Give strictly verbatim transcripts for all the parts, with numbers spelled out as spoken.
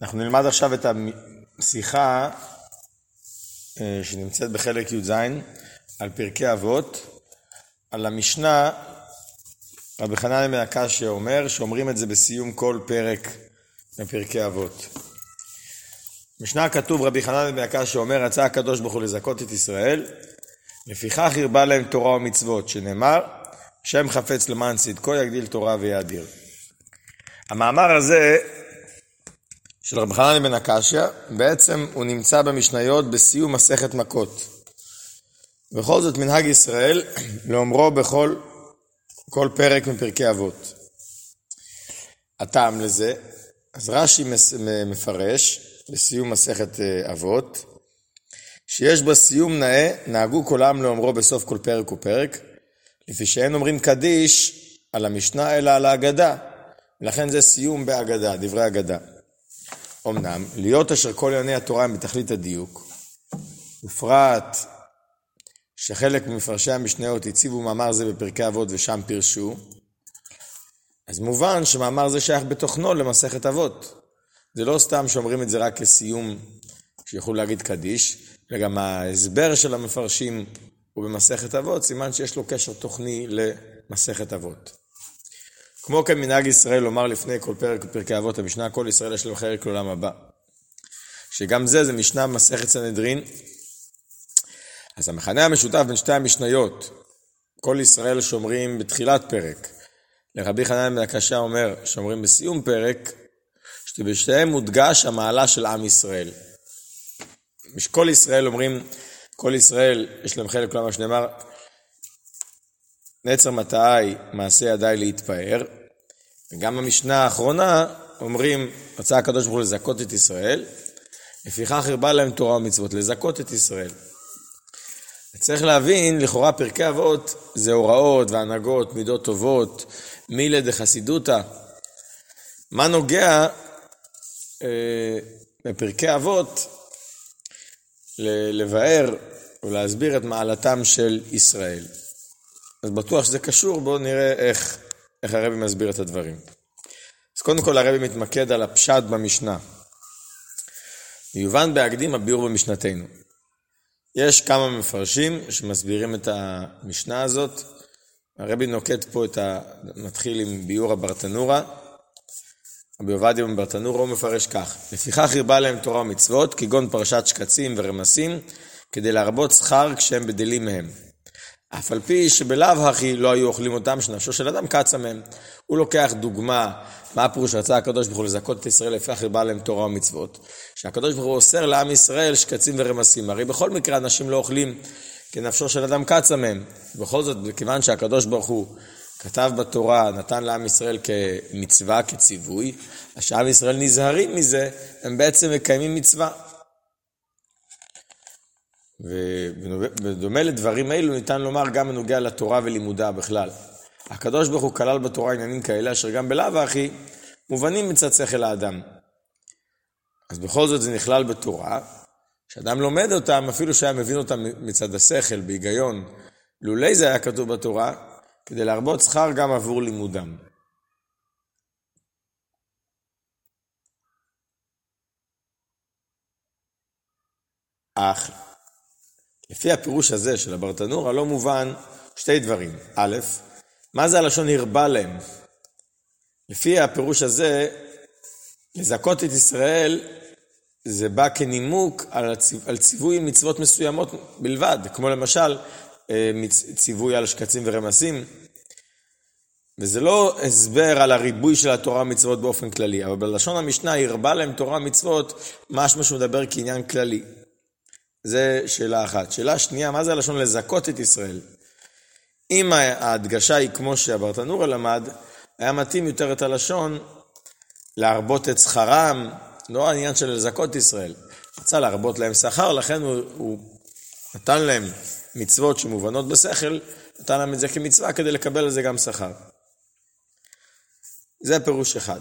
אנחנו נלמד עכשיו את השיחה שנמצאת בחלק י"ז על פרקי אבות, על המשנה. רבי חנניה בן הקשיא אומר שאומרים את זה בסיום כל פרק מפרקי אבות. משנה כתוב, רבי חנניה בן הקשיא אומר, רצה הקדוש ברוך הוא לזכות את ישראל, לפיכך הרבה להם תורה ומצוות, שנאמר, שם חפץ למען צדקו יגדיל תורה ויאדיר. המאמר הזה של רבי חנניה בן הקשיא, בעצם הוא נמצא במשניות בסיום מסכת מכות. בכל זאת מנהג ישראל לאומרו בכל כל פרק מפרקי אבות. הטעם לזה, אז רש"י מפרש בסיום מסכת אבות, שיש בסיום נאה נהגו כל העם לאומרו בסוף כל פרק ופרק, לפי שאין אומרים קדיש על המשנה אלא על ההגדה, ולכן זה סיום בהגדה, דברי הגדה. אמנם, להיות אשר כל ענייני התורה הם בתכלית הדיוק, ופרט שחלק ממפרשי המשניות הציבו מאמר זה בפרקי אבות ושם פירשו, אז מובן שמאמר זה שייך בתוכנו למסכת אבות. זה לא סתם שאומרים את זה רק כסיום שיכול להגיד קדיש, וגם ההסבר של המפרשים הוא במסכת אבות, סימן שיש לו קשר תוכני למסכת אבות. כמו כן מנהג ישראל לומר לפני כל פרק פרקי אבות המשנה, כל ישראל יש להם חלק לעולם הבא. שגם זה זה משנה מסכת סנהדרין. אז המכנה המשותף בין שתי המשניות, כל ישראל שומרים בתחילת פרק, לרבי חנניה בן הקשיא אומר שומרים בסיום פרק, שבשתיהם מודגש המעלה של עם ישראל. כל ישראל אומרים, כל ישראל יש להם חלק לעולם, שנאמר, נצר מטעי מעשה ידיי להתפאר. וגם המשנה האחרונה אומרים, רצה הקדוש ברוך הוא לזכות את ישראל, לפיכך הרבה להם תורה ומצוות, לזכות את ישראל. צריך להבין, לכאורה פרקי אבות זה הוראות והנהגות, מידות טובות, מילה דחסידותא. מה נוגע אה, בפרקי אבות לבאר ולהסביר את מעלתם של ישראל. אז בטוח שזה קשור, בואו נראה איך, איך הרבי מסביר את הדברים. אז קודם כל הרבי מתמקד על הפשט במשנה. מיובן בהקדים הביאור במשנתנו. יש כמה מפרשים שמסבירים את המשנה הזאת. הרבי נוקט פה את ה... מתחיל עם ביאור הברטנורה. רבי עובדיה בברטנורה הוא מפרש כך. לפיכך הרבה להם תורה ומצוות, כגון פרשת שקצים ורמסים, כדי להרבות שכר כשהם בדלים מהם. אף על פי שבלאו הכי לא היו אוכלים אותם, שנפשו של אדם קצה מהם. הוא לוקח דוגמה, מה הפירוש רצה הקדוש ברוך הוא לזכות את ישראל, לפיכך הרבה להם תורה ומצוות. שהקדוש ברוך הוא אוסר לעם ישראל שקצים ורמסים. הרי בכל מקרה אנשים לא אוכלים, כי נפשו של אדם קצה מהם. בכל זאת, כיוון שהקדוש ברוך הוא כתב בתורה, נתן לעם ישראל כמצווה, כציווי, אז שעם ישראל נזהרים מזה, הם בעצם מקיימים מצווה. ובדומה לדברים האלו ניתן לומר גם בנוגע לתורה ולימודה בכלל. הקדוש ברוך הוא כלל בתורה עניינים כאלה אשר גם בלאו הכי מובנים מצד שכל האדם. אז בכל זאת זה נכלל בתורה, שאדם לומד אותם אפילו שהיה מבין אותם מצד השכל, בהיגיון. לולי זה היה כתוב בתורה, כדי להרבות שכר גם עבור לימודם. אך לפי הפירוש הזה של הברטנורה לא מובן שתי דברים. א', מה זה הלשון הרבה להם? לפי הפירוש הזה, לזכות את ישראל זה בא כנימוק על, הציו, על ציווי מצוות מסוימות בלבד, כמו למשל ציווי על שקצים ורמסים, וזה לא הסבר על הריבוי של התורה מצוות באופן כללי, אבל בלשון המשנה הרבה להם תורה מצוות, משהו שמדבר כעניין כללי. זה שאלה אחת. שאלה שנייה, מה זה הלשון לזכות את ישראל? אם ההדגשה היא כמו שהברטנורה למד, היה מתאים יותר את הלשון להרבות את שכרם, לא העניין של לזכות את ישראל. רצה להרבות להם שכר, לכן הוא, הוא נתן להם מצוות שמובנות בשכל, נתן להם את זה כמצווה כדי לקבל על זה גם שכר. זה פירוש אחד.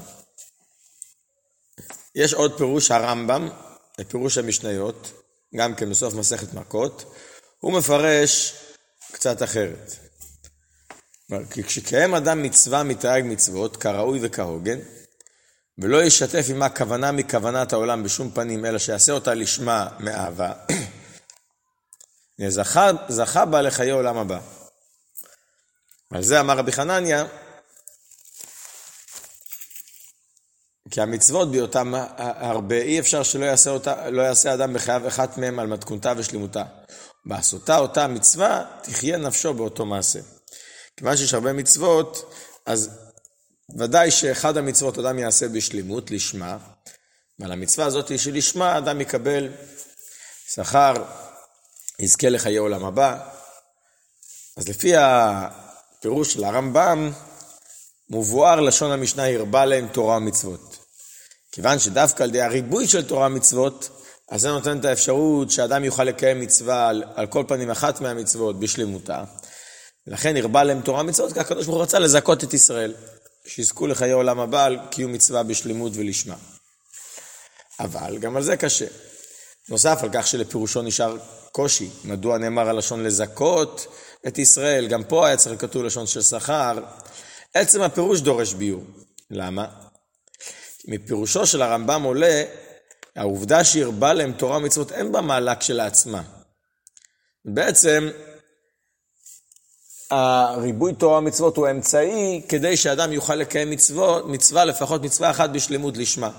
יש עוד פירוש הרמב"ם, פירוש המשניות, גם כן בסוף מסכת מכות, הוא מפרש קצת אחרת. כי כשקיים אדם מצווה מתייג מצוות, כראוי וכהוגן, ולא ישתף עמה כוונה מכוונת העולם בשום פנים, אלא שיעשה אותה לשמה מאהבה, זכה, זכה בה לחיי עולם הבא. על זה אמר רבי חנניה, כי המצוות בהיותם הרבה, אי אפשר שלא יעשה, אותה, לא יעשה אדם בחייו אחת מהם על מתכונתה ושלימותה. בעשותה אותה מצווה, תחיה נפשו באותו מעשה. כיוון שיש הרבה מצוות, אז ודאי שאחד המצוות אדם יעשה בשלימות, לשמה, ועל המצווה הזאת שלשמה אדם יקבל שכר, יזכה לחיי עולם הבא. אז לפי הפירוש של הרמב"ם, מבואר לשון המשנה הרבה להם תורה ומצוות. כיוון שדווקא על ידי הריבוי של תורה ומצוות, אז זה נותן את האפשרות שאדם יוכל לקיים מצווה על, על כל פנים אחת מהמצוות בשלמותה. ולכן הרבה להם תורה ומצוות, כי הקדוש ברוך הוא רצה לזכות את ישראל, שיזכו לחיי עולם הבא על קיום מצווה בשלמות ולשמה. אבל גם על זה קשה. נוסף על כך שלפירושו נשאר קושי, מדוע נאמר הלשון לזכות את ישראל, גם פה היה צריך כתוב לשון של שכר, עצם הפירוש דורש ביור. למה? מפירושו של הרמב"ם עולה, העובדה שהרבה להם תורה ומצוות אין בה מעלה כשלעצמה. בעצם, הריבוי תורה ומצוות הוא אמצעי כדי שאדם יוכל לקיים מצוות, מצווה, לפחות מצווה אחת בשלמות לשמה.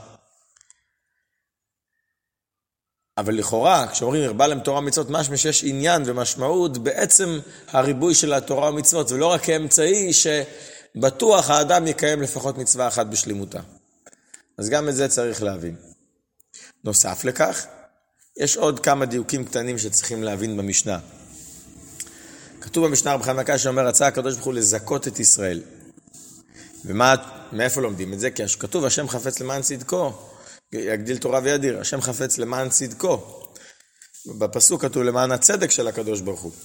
אבל לכאורה, כשאומרים הרבה להם תורה ומצוות, משמע שיש עניין ומשמעות בעצם הריבוי של התורה ומצוות, ולא רק כאמצעי שבטוח האדם יקיים לפחות מצווה אחת בשלמותה. אז גם את זה צריך להבין. נוסף לכך, יש עוד כמה דיוקים קטנים שצריכים להבין במשנה. כתוב במשנה רבי חנניה שאומר, רצה הקדוש ברוך הוא לזכות את ישראל. ומה, מאיפה לומדים את זה? כי כתוב, השם חפץ למען צדקו, יגדיל תורה וידיר, השם חפץ למען צדקו. בפסוק כתוב למען הצדק של הקדוש ברוך הוא.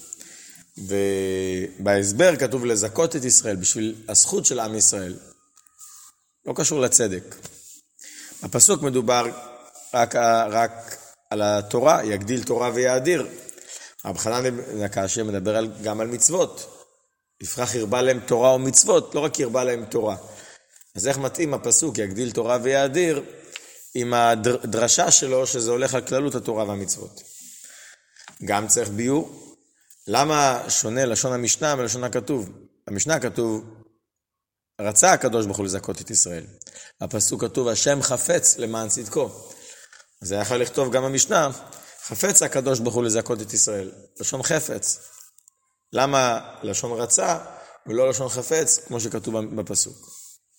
ובהסבר כתוב לזכות את ישראל בשביל הזכות של עם ישראל. לא קשור לצדק. הפסוק מדובר רק, רק על התורה, יגדיל תורה ויאדיר. רבי חנניה כאשר מדבר על, גם על מצוות. יפרח ירבה להם תורה ומצוות, לא רק ירבה להם תורה. אז איך מתאים הפסוק יגדיל תורה ויאדיר עם הדרשה שלו שזה הולך על כללות התורה והמצוות. גם צריך ביור. למה שונה לשון המשנה ולשון הכתוב? המשנה כתוב רצה הקדוש ברוך הוא לזכות את ישראל. הפסוק כתוב השם חפץ למען צדקו. אז זה יכול לכתוב גם המשנה, חפץ הקדוש ברוך הוא לזכות את ישראל. לשון חפץ. למה לשון רצה ולא לשון חפץ כמו שכתוב בפסוק?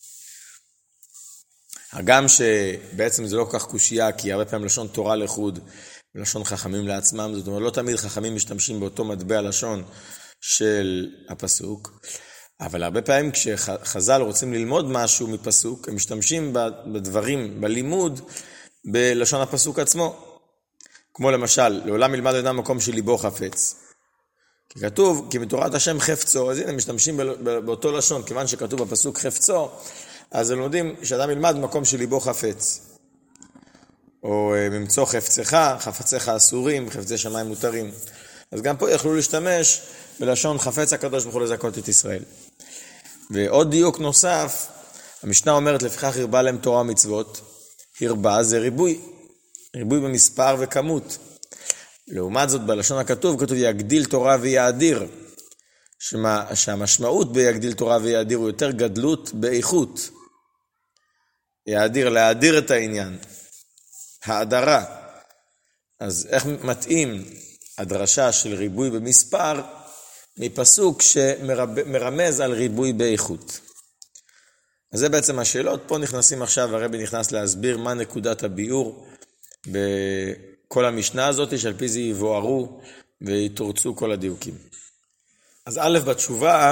הגם שבעצם זה לא כל כך קושייה, כי הרבה פעמים לשון תורה לחוד ולשון חכמים לעצמם, זאת אומרת לא תמיד חכמים משתמשים באותו מטבע לשון של הפסוק, אבל הרבה פעמים כשחז"ל רוצים ללמוד משהו מפסוק, הם משתמשים בדברים, בלימוד, בלשון הפסוק עצמו. כמו למשל, לעולם ילמד אדם מקום שליבו חפץ. כי כתוב, כי מתורת השם חפצו, אז הנה משתמשים באותו לשון, כיוון שכתוב בפסוק חפצו, אז הם לומדים שאדם ילמד מקום שליבו חפץ. או ממצוא חפצך, חפציך אסורים, חפצי שמיים מותרים. אז גם פה יכלו להשתמש בלשון חפץ הקדוש ברוך הוא לזכות את ישראל. ועוד דיוק נוסף, המשנה אומרת לפיכך הרבה להם תורה ומצוות, הרבה זה ריבוי, ריבוי במספר וכמות. לעומת זאת בלשון הכתוב, כתוב יגדיל תורה ויאדיר, שמה, שהמשמעות ביגדיל תורה ויאדיר הוא יותר גדלות באיכות. יאדיר, להאדיר את העניין, האדרה. אז איך מתאים הדרשה של ריבוי במספר מפסוק שמרמז על ריבוי באיכות? אז זה בעצם השאלות. פה נכנסים עכשיו, הרבי נכנס להסביר מה נקודת הביאור בכל המשנה הזאת, שעל פי זה יבוארו ויתורצו כל הדיוקים. אז א' בתשובה,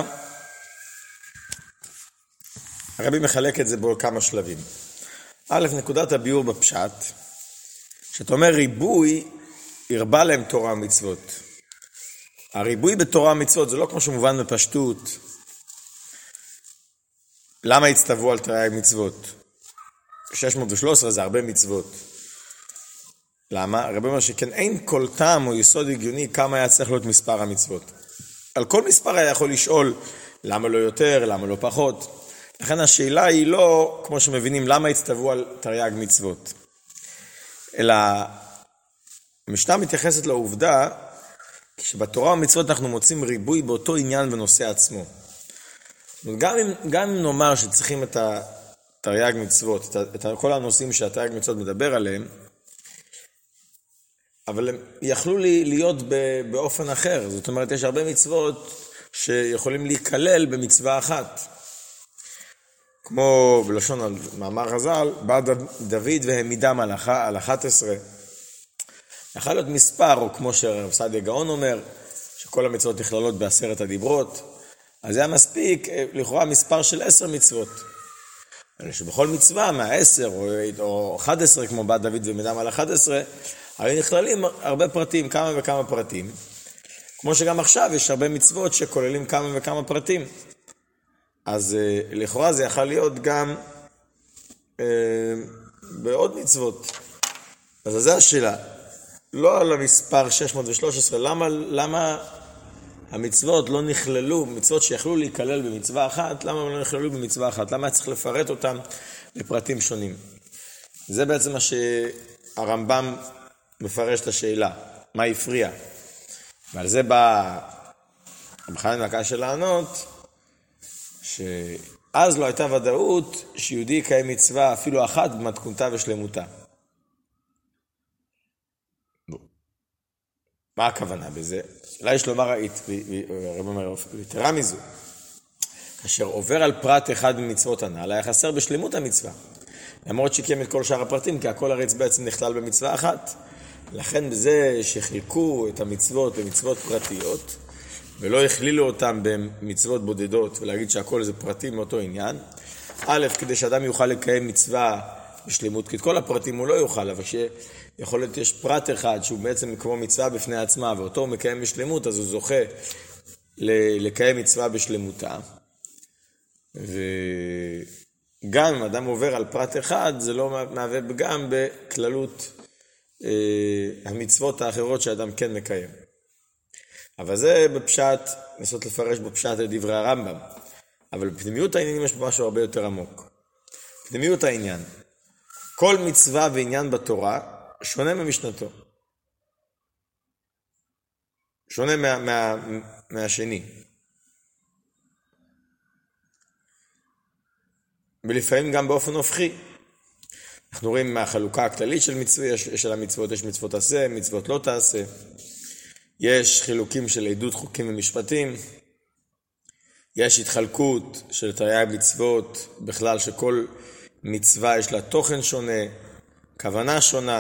הרבי מחלק את זה בו כמה שלבים. א', נקודת הביאור בפשט, שאתה אומר ריבוי, הרבה להם תורה ומצוות. הריבוי בתורה ומצוות זה לא כמו שמובן בפשטות. למה הצטוו על תרי"ג מצוות? שש מאות ושלוש עשרה זה הרבה מצוות. למה? הרבי אומר שכן אין כל טעם או יסוד הגיוני כמה היה צריך להיות מספר המצוות. על כל מספר היה יכול לשאול למה לא יותר, למה לא פחות. לכן השאלה היא לא, כמו שמבינים, למה הצטוו על תרי"ג מצוות, אלא המשנה מתייחסת לעובדה שבתורה ומצוות אנחנו מוצאים ריבוי באותו עניין בנושא עצמו. גם אם, גם אם נאמר שצריכים את התרי"ג מצוות, את, את כל הנושאים שהתרי"ג מצוות מדבר עליהם, אבל הם יכלו לי להיות באופן אחר. זאת אומרת, יש הרבה מצוות שיכולים להיכלל במצווה אחת. כמו בלשון על מאמר חז"ל, בא דוד והעמידה מלאכה על אחת עשרה. יכול להיות מספר, או כמו שרב סעדיה גאון אומר, שכל המצוות נכללות בעשרת הדיברות, אז זה היה מספיק לכאורה מספר של עשר מצוות. אלא שבכל מצווה מהעשר או, או אחת עשרה, כמו בא דוד והעמידה על אחת עשרה, הרי נכללים הרבה פרטים, כמה וכמה פרטים. כמו שגם עכשיו יש הרבה מצוות שכוללים כמה וכמה פרטים. אז לכאורה זה יכול להיות גם אה, בעוד מצוות. אז זו השאלה. לא על המספר שש מאות ושלוש עשרה, למה, למה המצוות לא נכללו, מצוות שיכלו להיכלל במצווה אחת, למה הם לא נכללו במצווה אחת? למה צריך לפרט אותם לפרטים שונים? זה בעצם מה שהרמב"ם מפרש את השאלה, מה הפריע. ועל זה בא רב חנן בן עקשיא לענות, שאז לא הייתה ודאות שיהודי יקיים מצווה אפילו אחת במתכונתה ושלמותה. מה הכוונה בזה? אולי יש לומר, הרב אומר, יתרה מזו, כאשר עובר על פרט אחד ממצוות הנ"ל, היה חסר בשלמות המצווה. למרות שקיים את כל שאר הפרטים, כי הכל הרי בעצם נכלל במצווה אחת. לכן בזה שחילקו את המצוות למצוות פרטיות, ולא הכלילו אותם במצוות בודדות, ולהגיד שהכל זה פרטים מאותו עניין, א', כדי שאדם יוכל לקיים מצווה בשלמות, כי את כל הפרטים הוא לא יוכל, אבל שיכול להיות יש פרט אחד שהוא בעצם כמו מצווה בפני עצמה, ואותו הוא מקיים בשלמות, אז הוא זוכה לקיים מצווה בשלמותה. וגם אם אדם עובר על פרט אחד, זה לא מהווה גם בכללות המצוות האחרות שאדם כן מקיים. אבל זה בפשט, ניסות לפרש בפשט את דברי הרמב"ם. אבל בפנימיות העניינים יש משהו הרבה יותר עמוק. פנימיות העניין. כל מצווה ועניין בתורה שונה ממשנתו. שונה מה, מה, מהשני. ולפעמים גם באופן הופכי. אנחנו רואים מהחלוקה הכללית של, מצווה, של המצוות, יש מצוות עשה, מצוות לא תעשה. יש חילוקים של עדות חוקים ומשפטים. יש התחלקות של תרי"ג מצוות, בכלל שכל מצווה יש לה תוכן שונה, כוונה שונה,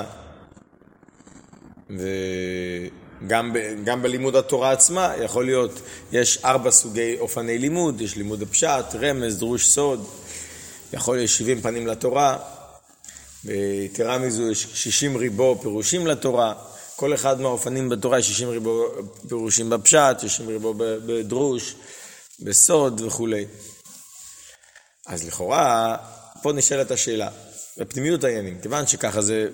וגם ב, גם בלימוד התורה עצמה יכול להיות, יש ארבע סוגי אופני לימוד, יש לימוד הפשט, רמז, דרוש, סוד, יכול להיות שבעים פנים לתורה, ויתרה מזו יש שישים ריבו פירושים לתורה, כל אחד מהאופנים בתורה יש שישים ריבו פירושים בפשט, שישים ריבו בדרוש, בסוד וכו'. אז לכאורה, פה נשאלת השאלה, בפנימיות העניינים, כיוון שככה זה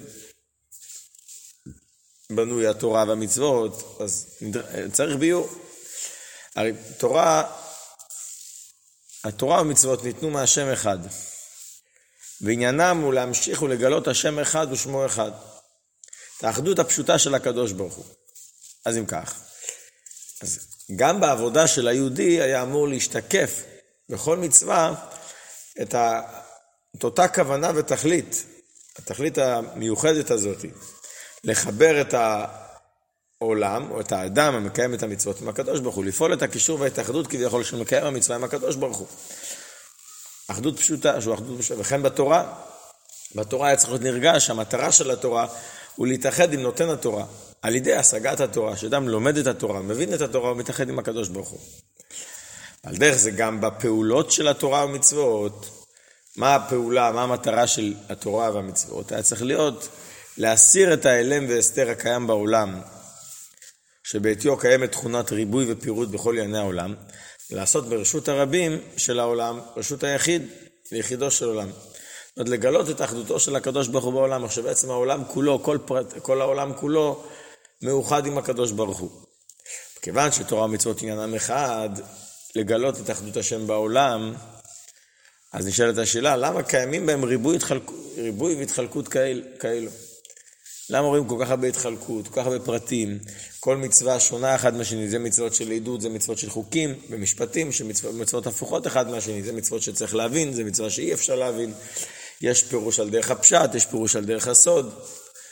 בנוי התורה והמצוות, אז צריך ביור. הרי תורה, התורה והמצוות ניתנו מהשם אחד, ועניינם הוא להמשיך ולגלות השם אחד ושמו אחד. את האחדות הפשוטה של הקדוש ברוך הוא. אז אם כך, אז גם בעבודה של היהודי היה אמור להשתקף בכל מצווה את, ה, את אותה כוונה ותכלית, התכלית המיוחדת הזאת, לחבר את העולם או את האדם המקיים את המצוות עם הקדוש ברוך הוא, לפעול את הקישור וההתאחדות כביכול שמקיים המצווה עם הקדוש ברוך הוא. אחדות פשוטה, שהוא אחדות פשוטה, וכן בתורה, בתורה היה צריך להיות נרגש, המטרה של התורה הוא להתאחד עם נותן התורה, על ידי השגת התורה, שאדם לומד את התורה, מבין את התורה ומתאחד עם הקדוש ברוך הוא. על דרך זה גם בפעולות של התורה ומצוות, מה הפעולה, מה המטרה של התורה והמצוות, היה צריך להיות להסיר את האלם והסתר הקיים בעולם, שבעתיו קיימת תכונת ריבוי ופירוט בכל ענייני העולם, לעשות ברשות הרבים של העולם, רשות היחיד, ליחידו של עולם. זאת אומרת, לגלות את אחדותו של הקדוש ברוך הוא בעולם, עכשיו בעצם העולם כולו, כל, פרט, כל העולם כולו, מאוחד עם הקדוש ברוך הוא. כיוון שתורה ומצוות עניינם אחד, לגלות את אחדות השם בעולם, אז נשאלת השאלה, למה קיימים בהם ריבוי, התחלק... ריבוי והתחלקות כאל... כאלו? למה רואים כל כך הרבה התחלקות, כל כך הרבה פרטים, כל מצווה שונה אחד מהשני, זה מצוות של עידוד, זה מצוות של חוקים, במשפטים, שמצוות הפוכות אחד מהשני, זה מצוות שצריך להבין, זה מצווה שאי אפשר להבין, יש פירוש על דרך הפשט, יש פירוש על דרך הסוד,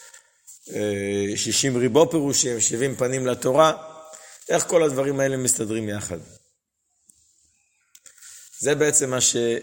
שישים ריבו פירושים, שבעים פנים לתורה, איך כל הדברים האלה מסתדרים יחד? זה בעצם מה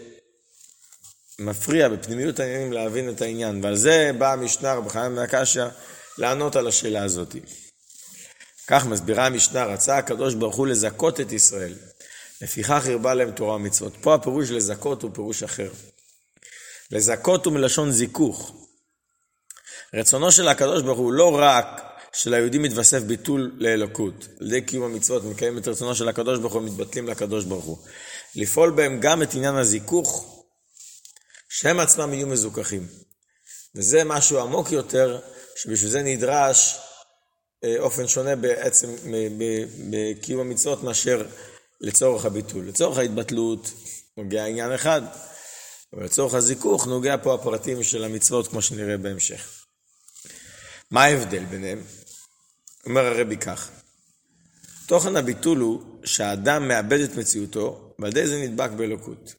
שמפריע בפנימיות העניינים להבין את העניין, ועל זה בא המשנה רבי חנניה בן עקשיא לענות על השאלה הזאת. כך מסבירה המשנה, רצה הקדוש ברוך הוא לזכות את ישראל, לפיכך הרבה להם תורה ומצוות. פה הפירוש לזכות הוא פירוש אחר. לזכות הוא מלשון זיכוך. רצונו של הקדוש ברוך הוא לא רק שליהודים מתווסף ביטול לאלוקות, על ידי קיום המצוות מקיים את רצונו של הקדוש ברוך הוא, מתבטלים לקדוש ברוך הוא, לפעול בהם גם את עניין הזיכוך, שהם עצמם יהיו מזוכחים. וזה משהו עמוק יותר, שבשביל זה נדרש אופן שונה בעצם בקיום המצוות מאשר לצורך הביטול. לצורך ההתבטלות נוגע עניין אחד, אבל לצורך הזיכוך נוגע פה הפרטים של המצוות כמו שנראה בהמשך. מה ההבדל ביניהם? אומר הרבי כך, תוכן הביטול הוא שהאדם מאבד את מציאותו, ועל ידי זה נדבק באלוקות.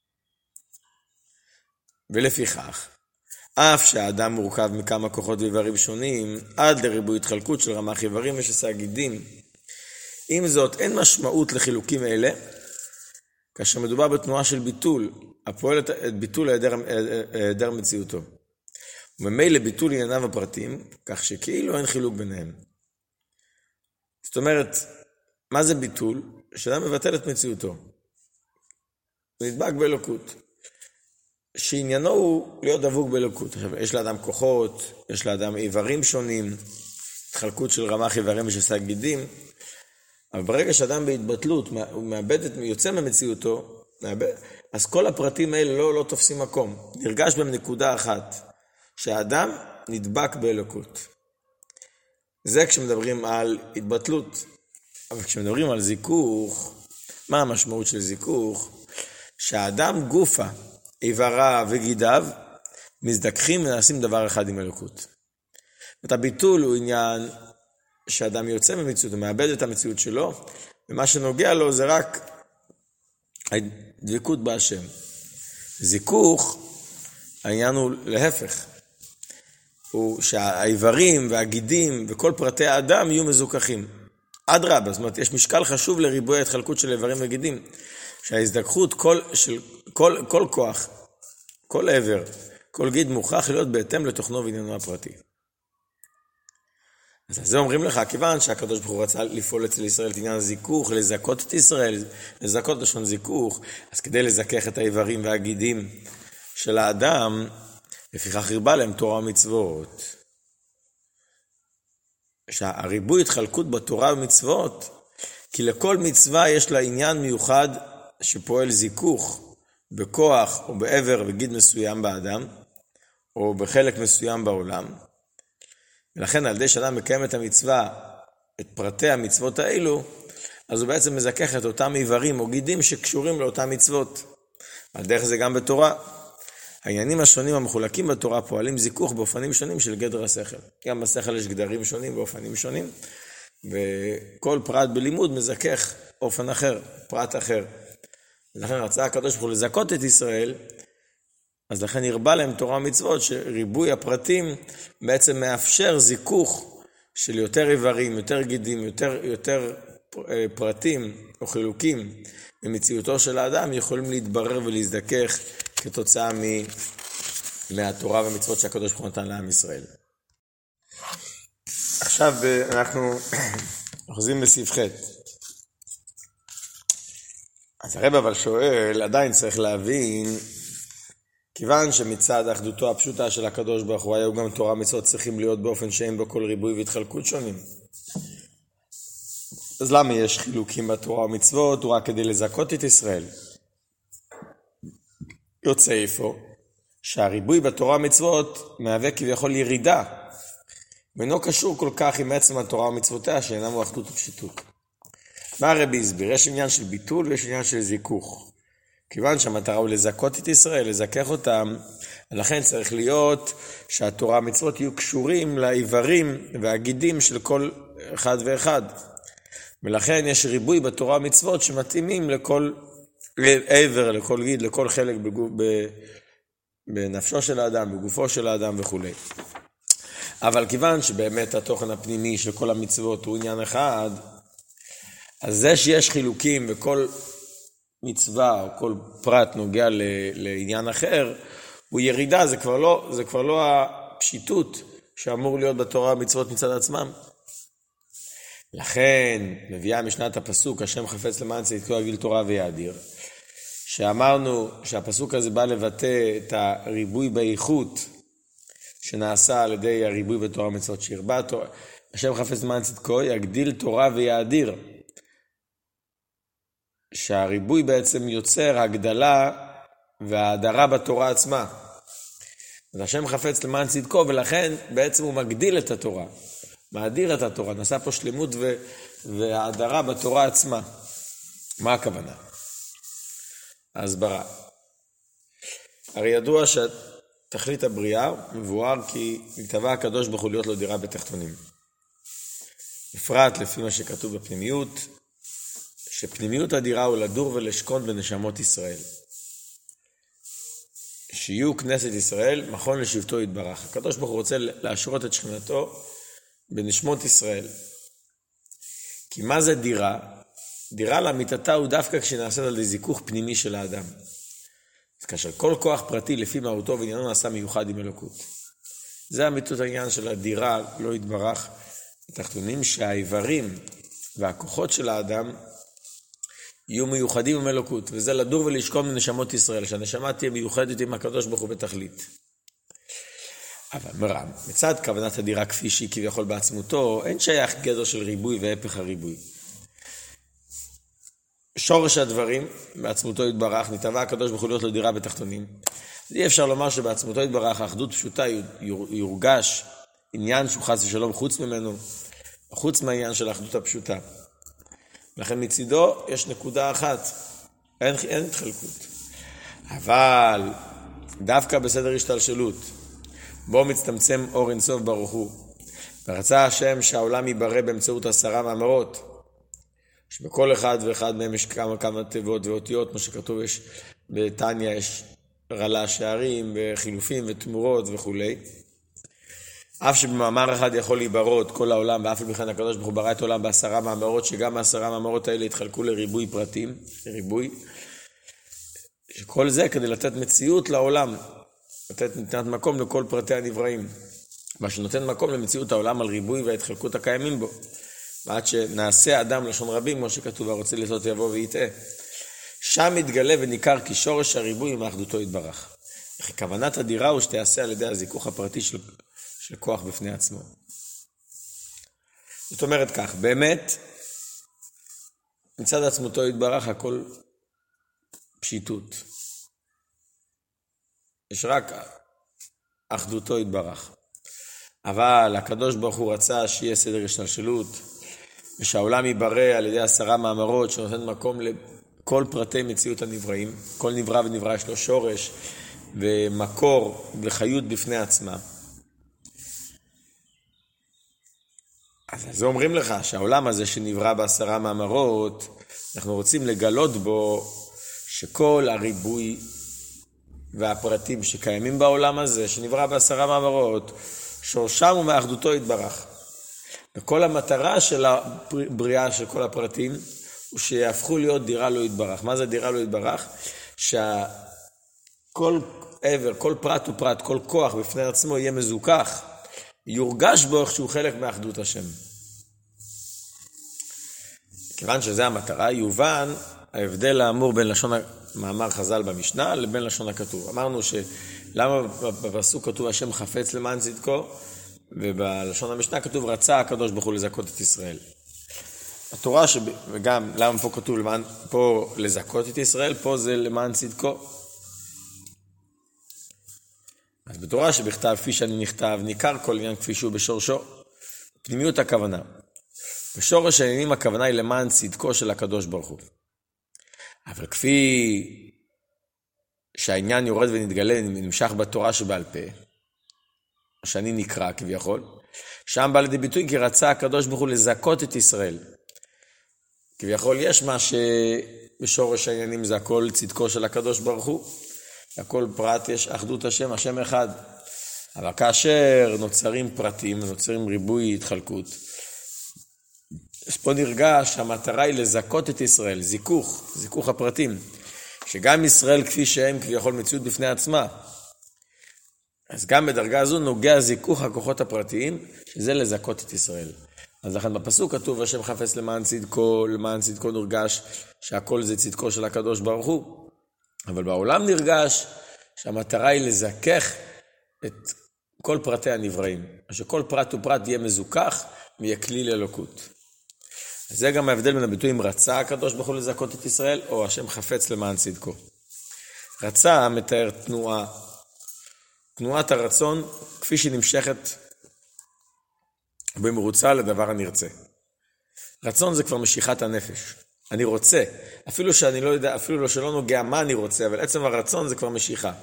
ולפיכך, אף שהאדם מורכב מכמה כוחות ואיברים שונים, עד לריבוי התחלקות של רמ"ח איברים ושס"ה גידים, עם זאת אין משמעות לחילוקים אלה, כאשר מדובר בתנועה של ביטול, הפועלת את ביטול היעדר מציאותו. וממילא ביטול ענייניו הפרטים, כך שכאילו אין חילוק ביניהם. זאת אומרת, מה זה ביטול? שאדם מבטל את מציאותו. הוא נדבק באלוקות. שעניינו הוא להיות דבוק באלוקות. יש לאדם כוחות, יש לאדם איברים שונים, התחלקות של רמ"ח איברים ושס"ה גידים, אבל ברגע שאדם בהתבטלות, הוא מאבד את, יוצא ממציאותו, מאבד, אז כל הפרטים האלה לא, לא תופסים מקום. נרגש בהם נקודה אחת, שהאדם נדבק באלוקות. זה כשמדברים על התבטלות. אבל כשמדברים על זיכוך, מה המשמעות של זיכוך? שהאדם גופה, איבריו וגידיו, מזדככים ונעשים דבר אחד עם אלוקות. את הביטול הוא עניין שאדם יוצא ממציאות, הוא מאבד את המציאות שלו, ומה שנוגע לו זה רק הדבקות בהשם. זיכוך, העניין הוא להפך. הוא שהאיברים והגידים וכל פרטי האדם יהיו מזוכחים. עד רבה, זאת אומרת, יש משקל חשוב לריבוי ההתחלקות של איברים וגידים. שההזדככות כל, של כל, כל כוח, כל עבר, כל גיד מוכרח להיות בהתאם לתוכנו ועניינו הפרטי. אז זה אומרים לך, כיוון שהקדוש ברוך הוא רצה לפעול אצל ישראל את עניין הזיכוך, לזכות את ישראל, לזכות לשון זיכוך, אז כדי לזכך את האיברים והגידים של האדם, לפיכך הרבה להם תורה ומצוות. שהריבוי התחלקות בתורה ומצוות, כי לכל מצווה יש לה עניין מיוחד שפועל זיכוך בכוח או בעבר וגיד מסוים באדם, או בחלק מסוים בעולם. ולכן על ידי שאדם מקיים את המצווה, את פרטי המצוות האלו, אז הוא בעצם מזכך את אותם איברים או גידים שקשורים לאותם מצוות. על דרך זה גם בתורה. העניינים השונים המחולקים בתורה פועלים זיכוך באופנים שונים של גדר השכל. גם בשכל יש גדרים שונים באופנים שונים, וכל פרט בלימוד מזכך אופן אחר, פרט אחר. ולכן רצה הקדוש ברוך הוא לזכות את ישראל, אז לכן הרבה להם תורה ומצוות, שריבוי הפרטים בעצם מאפשר זיכוך של יותר איברים, יותר גידים, יותר, יותר פרטים או חילוקים במציאותו של האדם, יכולים להתברר ולהזדכך כתוצאה מהתורה והמצוות שהקדוש ברוך הוא נתן לעם ישראל. עכשיו אנחנו אוחזים בסעיף ח'. אז הרב אבל שואל, עדיין צריך להבין, כיוון שמצד אחדותו הפשוטה של הקדוש ברוך הוא, היו גם תורה ומצוות צריכים להיות באופן שאין בו כל ריבוי והתחלקות שונים. אז למה יש חילוקים בתורה ומצוות? הוא רק כדי לזכות את ישראל. יוצא איפה שהריבוי בתורה ומצוות מהווה כביכול ירידה, ואינו קשור כל כך עם עצם התורה ומצוותיה שאינם אחדות ופשיטות. מה הרבי הסביר? יש עניין של ביטול ויש עניין של זיכוך. כיוון שהמטרה הוא לזכות את ישראל, לזכך אותם, לכן צריך להיות שהתורה המצוות יהיו קשורים לאיברים והגידים של כל אחד ואחד. ולכן יש ריבוי בתורה המצוות שמתאימים לכל עבר, לכל גיד, לכל חלק בגוף, בנפשו של האדם, בגופו של האדם וכו'. אבל כיוון שבאמת התוכן הפנימי של כל המצוות הוא עניין אחד, אז זה שיש חילוקים וכל מצווה או כל פרט נוגע ל, לעניין אחר, הוא ירידה, זה כבר לא, זה כבר לא הפשיטות שאמור להיות בתורה המצוות מצד עצמם. לכן מביאה משנת הפסוק, השם חפץ למען צדקו יגדיל תורה ויאדיר, שאמרנו שהפסוק הזה בא לבטא את הריבוי באיכות שנעשה על ידי הריבוי בתורה המצוות, שירבה התורה, השם חפץ למען צדקו יגדיל תורה ויאדיר, שהריבוי בעצם יוצר הגדלה וההדרה בתורה עצמה. אז השם חפץ למען צדקו, ולכן בעצם הוא מגדיל את התורה, מאדיר את התורה, נעשה פה שלמות ו... וההדרה בתורה עצמה. מה הכוונה? הסברה. הרי ידוע שתכלית הבריאה מבואר כי נתבע הקדוש ברוך הוא להיות לו דירה בתחתונים. בפרט לפי מה שכתוב בפנימיות, שפנימיות הדירה הוא לדור ולשכון בנשמות ישראל. שיהיו כנסת ישראל מכון לשבטו יתברך. הקדוש ברוך הוא רוצה להשרות את שכנתו בנשמות ישראל. כי מה זה דירה? דירה לאמיתתה הוא דווקא כשנעשית על זיכוך פנימי של האדם. כאשר כל כוח פרטי לפי מהותו ועניינו נעשה מיוחד עם אלוקות. זה אמיתות העניין של הדירה, לא יתברך בתחתונים, שהאיברים והכוחות של האדם יהיו מיוחדים עם אלוקות, וזה לדור ולשכון בנשמות ישראל, שהנשמה תהיה מיוחדת עם הקדוש ברוך הוא בתכלית. אבל מרם, מצד כוונת הדירה כפי שהיא כביכול בעצמותו, אין שייך גדר של ריבוי והפך הריבוי. שורש הדברים, בעצמותו יתברך, נתבע הקדוש ברוך הוא להיות לו דירה בתחתונים. אי אפשר לומר שבעצמותו יתברך, האחדות פשוטה יורגש עניין שהוא חס ושלום חוץ ממנו, חוץ מהעניין של האחדות הפשוטה. לכן מצידו יש נקודה אחת, אין, אין התחלקות. אבל דווקא בסדר השתלשלות, בו מצטמצם אור אינסוף ברוך הוא, ורצה השם שהעולם ייברא באמצעות עשרה מאמרות, שבכל אחד ואחד מהם יש כמה כמה תיבות ואותיות, כמו שכתוב יש בתניה, יש רלה שערים וחילופים ותמורות וכו'. אף שבמאמר אחד יכול להיברא כל העולם, ואף בכן הקדוש ברוך הוא ברא את העולם בעשרה מאמרות, שגם העשרה מאמרות האלה התחלקו לריבוי פרטים, לריבוי, שכל זה כדי לתת מציאות לעולם, לתת נתנת מקום לכל פרטי הנבראים, מה שנותן מקום למציאות העולם על ריבוי וההתחלקות הקיימים בו, ועד שנעשה אדם לשון רבים, כמו שכתוב, הרוצה לטעות יבוא ויטעה. שם מתגלה וניכר כי שורש הריבוי מאחדותו יתברך. וכי כוונת הדירה הוא שתעשה על ידי הזיכוך הפרטי של, של כוח בפני עצמו. זאת אומרת כך, באמת, מצד עצמותו יתברך הכל פשיטות. יש רק אחדותו יתברך. אבל הקדוש ברוך הוא רצה שיהיה סדר השתלשלות, ושהעולם ייברא על ידי עשרה מאמרות שנותן מקום לכל פרטי מציאות הנבראים. כל נברא ונברא יש לו שורש ומקור וחיות בפני עצמה. אז זה אומרים לך שהעולם הזה שנברא בעשרה מאמרות, אנחנו רוצים לגלות בו שכל הריבוי והפרטים שקיימים בעולם הזה שנברא בעשרה מאמרות, שורשם ומאחדותו יתברך. וכל המטרה של הבריאה של כל הפרטים הוא שיהפכו להיות דירה לא יתברך. מה זה דירה לא יתברך? שכל עבר, כל פרט ופרט, כל כוח בפני עצמו יהיה מזוכח, יורגש בו שהוא חלק מאחדות השם. כיוון שזה המטרה, יובן ההבדל האמור בין לשון המאמר חז"ל במשנה לבין לשון הכתוב. אמרנו שלמה בפסוק כתוב השם חפץ למען צדקו, ובלשון המשנה כתוב רצה הקדוש ברוך הוא לזכות את ישראל. התורה שגם למה פה כתוב למען, פה לזכות את ישראל, פה זה למען צדקו. אז בתורה שבכתב כפי שאני נכתב, ניכר כל עניין כפי שהוא בשורשו. פנימיות הכוונה. בשורש העניינים הכוונה היא למען צדקו של הקדוש ברוך הוא. אבל כפי שהעניין יורד ונתגלה, נמשך בתורה שבעל פה, שאני נקרא כביכול, שם בא לידי ביטוי כי רצה הקדוש ברוך הוא לזכות את ישראל. כביכול יש מה שבשורש העניינים זה הכל צדקו של הקדוש ברוך הוא, הכל פרט, יש אחדות השם, השם אחד. אבל כאשר נוצרים פרטים, נוצרים ריבוי התחלקות, אז פה נרגש המטרה היא לזכות את ישראל, זיכוך, זיכוך הפרטים, שגם ישראל כפי שהם כביכול מציאות בפני עצמה, אז גם בדרגה הזו נוגע זיכוך הכוחות הפרטיים, שזה לזכות את ישראל. אז לכן בפסוק כתוב, השם חפץ למען צדקו, למען צדקו נרגש שהכל זה צדקו של הקדוש ברוך הוא. אבל בעולם נרגש שהמטרה היא לזכך את כל פרטי הנבראים. שכל פרט ופרט יהיה מזוכח ויהיה כלי לאלוקות. אז זה גם ההבדל בין הביטוי אם רצה הקדוש ברוך הוא לזכות את ישראל, או השם חפץ למען צדקו. רצה מתאר תנועה, תנועת הרצון כפי שהיא נמשכת במרוצה לדבר הנרצה. רצון זה כבר משיכת הנפש. אני רוצה, אפילו שאני לא יודע, אפילו לא שלא נוגע מה אני רוצה, אבל עצם הרצון זה כבר משיכה.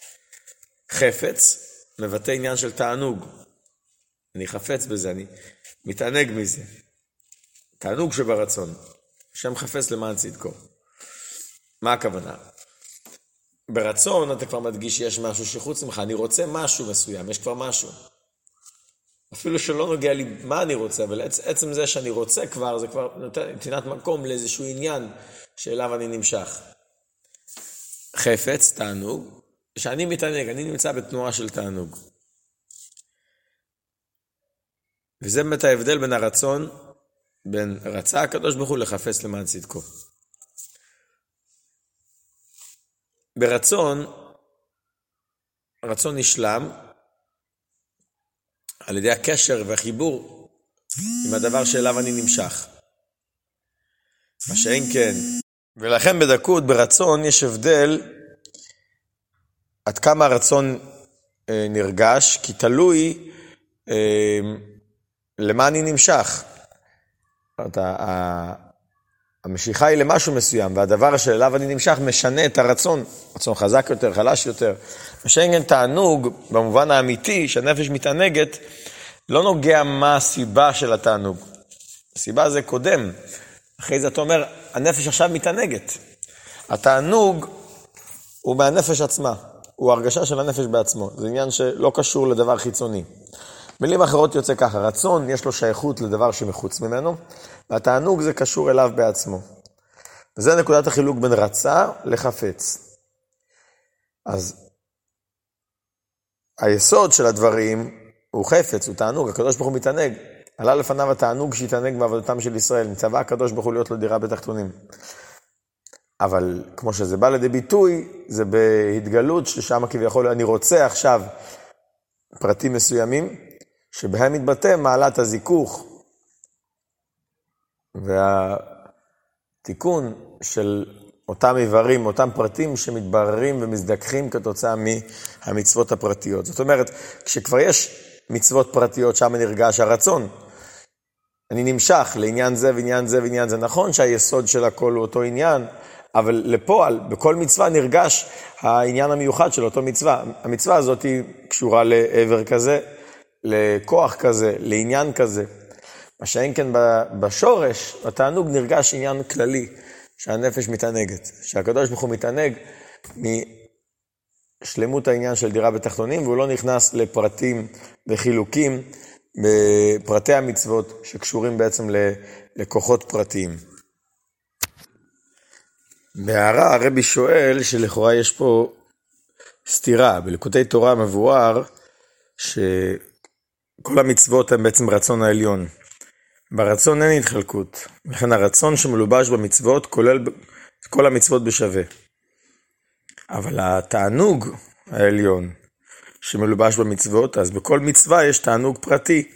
חפץ מבטא עניין של תענוג. אני חפץ בזה, אני מתענג מזה. תענוג שברצון. השם חפץ למען צדקו. מה הכוונה? ברצון אתה כבר מדגיש שיש משהו שחוץ ממך, אני רוצה משהו מסוים, יש כבר משהו. אפילו שלא נוגע לי מה אני רוצה, אבל עצם זה שאני רוצה כבר, זה כבר נתינת מקום לאיזשהו עניין שאליו אני נמשך. חפץ, תענוג, שאני מתענג, אני נמצא בתנועה של תענוג. וזה באמת ההבדל בין הרצון, בין רצה הקדוש ברוך הוא לחפץ למען צדקו. ברצון, הרצון נשלם על ידי הקשר והחיבור עם הדבר שאליו אני נמשך. מה שאין כן. ולכן בדקות, ברצון, יש הבדל עד כמה הרצון אה, נרגש, כי תלוי אה, למה אני נמשך. אתה, המשיכה היא למשהו מסוים, והדבר שאליו אני נמשך משנה את הרצון, רצון חזק יותר, חלש יותר. משנגן תענוג, במובן האמיתי, שהנפש מתענגת, לא נוגע מה הסיבה של התענוג. הסיבה זה קודם. אחרי זה אתה אומר, הנפש עכשיו מתענגת. התענוג הוא מהנפש עצמה, הוא הרגשה של הנפש בעצמו. זה עניין שלא קשור לדבר חיצוני. מילים אחרות יוצא ככה, רצון יש לו שייכות לדבר שמחוץ ממנו, והתענוג זה קשור אליו בעצמו. וזה נקודת החילוק בין רצה לחפץ. אז היסוד של הדברים הוא חפץ, הוא תענוג, הקדוש ברוך הוא מתענג. עלה לפניו התענוג שהתענג בעבודתם של ישראל, נצבע הקדוש ברוך הוא להיות לו דירה בתחתונים. אבל כמו שזה בא לידי ביטוי, זה בהתגלות ששם כביכול אני רוצה עכשיו פרטים מסוימים, שבהם מתבטא מעלת הזיכוך והתיקון של אותם איברים, אותם פרטים שמתבררים ומזדככים כתוצאה מהמצוות הפרטיות. זאת אומרת, כשכבר יש מצוות פרטיות, שם נרגש הרצון. אני נמשך לעניין זה ועניין זה ועניין זה. נכון שהיסוד של הכל הוא אותו עניין, אבל לפועל, בכל מצווה נרגש העניין המיוחד של אותו מצווה. המצווה הזאת היא קשורה לעבר כזה, לכוח כזה, לעניין כזה. מה שאין כן בשורש, התענוג נרגש עניין כללי, שהנפש מתענגת. שהקדוש ברוך הוא מתענג משלמות העניין של דירה בתחתונים, והוא לא נכנס לפרטים וחילוקים בפרטי המצוות שקשורים בעצם לכוחות פרטיים. בהערה הרבי שואל שלכאורה יש פה סתירה. בליקוטי תורה מבואר שכל המצוות הן בעצם רצון העליון. ברצון אין התחלקות. לכן הרצון שמלובש במצוות כולל כל המצוות בשווה. אבל התענוג העליון שמלובש במצוות, אז בכל מצווה יש תענוג פרטי.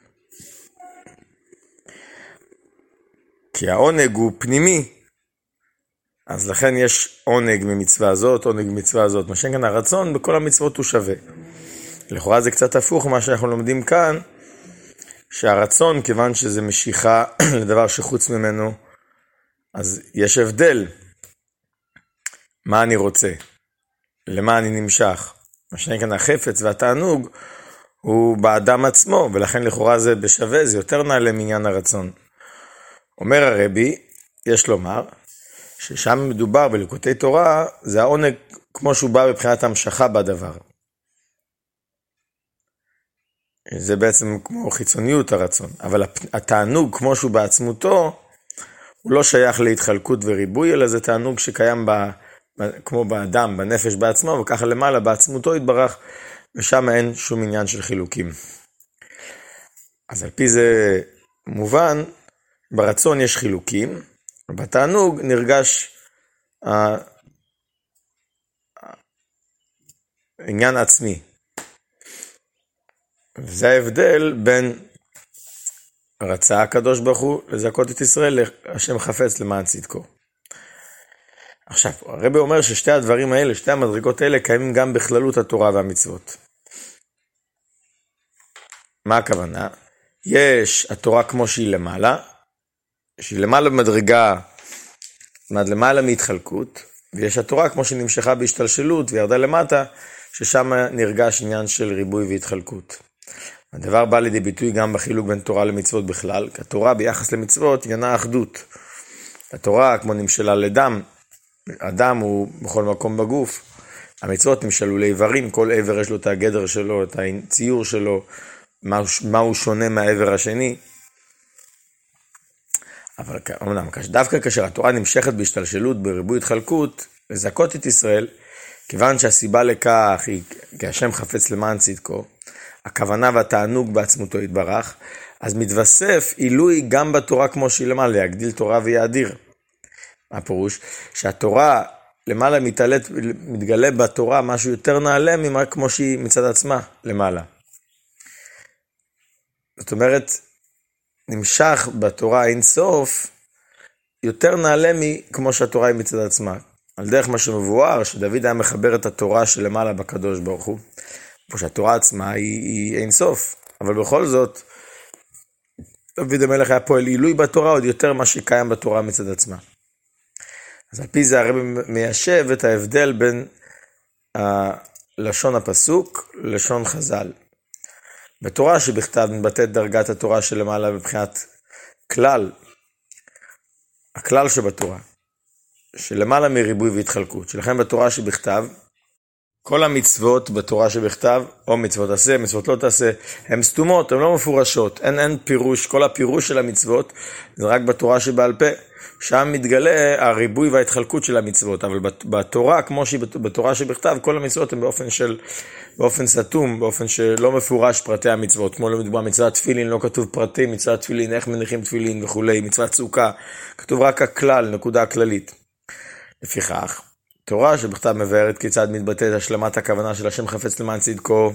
כי העונג הוא פנימי. אז לכן יש עונג ממצווה הזאת, עונג ממצווה הזאת. מה שכן הרצון בכל המצוות הוא שווה. לכאורה זה קצת הפוך מה שאנחנו לומדים כאן, שהרצון, כיוון שזה משיכה לדבר שחוץ ממנו, אז יש הבדל. מה אני רוצה? למה אני נמשך. מה שאני כאן החפץ והתענוג הוא באדם עצמו, ולכן לכאורה זה בשווה, זה יותר נעלה מעניין הרצון. אומר הרבי, יש לומר, ששם מדובר בליקוטי תורה, זה העונג כמו שהוא בא בבחינת המשכה בדבר. זה בעצם כמו חיצוניות הרצון, אבל התענוג כמו שהוא בעצמותו, הוא לא שייך להתחלקות וריבוי, אלא זה תענוג שקיים ב, כמו באדם, בנפש בעצמו, וככה למעלה בעצמותו יתברך, ושם אין שום עניין של חילוקים. אז על פי זה מובן, ברצון יש חילוקים, ובתענוג נרגש העניין עצמי. וזה ההבדל בין רצה הקדוש ברוך הוא לזכות את ישראל להשם חפץ למען צדקו. עכשיו, הרבי אומר ששתי הדברים האלה, שתי המדרגות האלה, קיימים גם בכללות התורה והמצוות. מה הכוונה? יש התורה כמו שהיא למעלה, שהיא למעלה במדרגה, למעלה מהתחלקות, ויש התורה כמו שהיא נמשכה בהשתלשלות וירדה למטה, ששם נרגש עניין של ריבוי והתחלקות. הדבר בא לידי ביטוי גם בחילוק בין תורה למצוות בכלל, כי התורה ביחס למצוות עניינה אחדות. התורה כמו נמשלה לדם, אדם הוא בכל מקום בגוף, המצוות נמשלו לאיברים, כל עבר יש לו את הגדר שלו, את הציור שלו, מה, מה הוא שונה מהעבר השני. אבל אמנם, דווקא כאשר התורה נמשכת בהשתלשלות, בריבוי התחלקות, לזכות את ישראל, כיוון שהסיבה לכך היא כי השם חפץ למען צדקו, הכוונה והתענוג בעצמותו יתברך, אז מתווסף עילוי גם בתורה כמו שהיא למעלה, להגדיל תורה ויאדיר. מה הפירוש? שהתורה למעלה מתעלת, מתגלה בתורה משהו יותר נעלה ממה כמו שהיא מצד עצמה למעלה. זאת אומרת, נמשך בתורה אין סוף, יותר נעלה מכמו שהתורה היא מצד עצמה. על דרך מה שמבואר, שדוד היה מחבר את התורה שלמעלה בקדוש ברוך הוא, פה שהתורה עצמה היא, היא אין סוף, אבל בכל זאת, דוד המלך היה פועל עילוי בתורה עוד יותר מה שקיים בתורה מצד עצמה. אז על פי זה הרב מיישב את ההבדל בין לשון הפסוק לשון חז"ל. בתורה שבכתב מתבטאת דרגת התורה שלמעלה מבחינת כלל, הכלל שבתורה, שלמעלה מריבוי והתחלקות, שלכן בתורה שבכתב, כל המצוות בתורה שבכתב, או מצוות עשה, מצוות לא תעשה, הן סתומות, הן לא מפורשות, אין, אין פירוש, כל הפירוש של המצוות זה רק בתורה שבעל פה, שם מתגלה הריבוי וההתחלקות של המצוות, אבל בתורה, כמו שהיא בתורה שבכתב, כל המצוות הן באופן של, באופן סתום, באופן שלא מפורש פרטי המצוות, כמו לדוגמה מצוות תפילין, לא כתוב פרטים, מצוות תפילין, איך מניחים תפילין וכולי, מצוות סוכה, כתוב רק הכלל, נקודה הכללית. לפיכך, תורה שבכתב מבארת כיצד מתבטאת השלמת הכוונה של השם חפץ למען צדקו,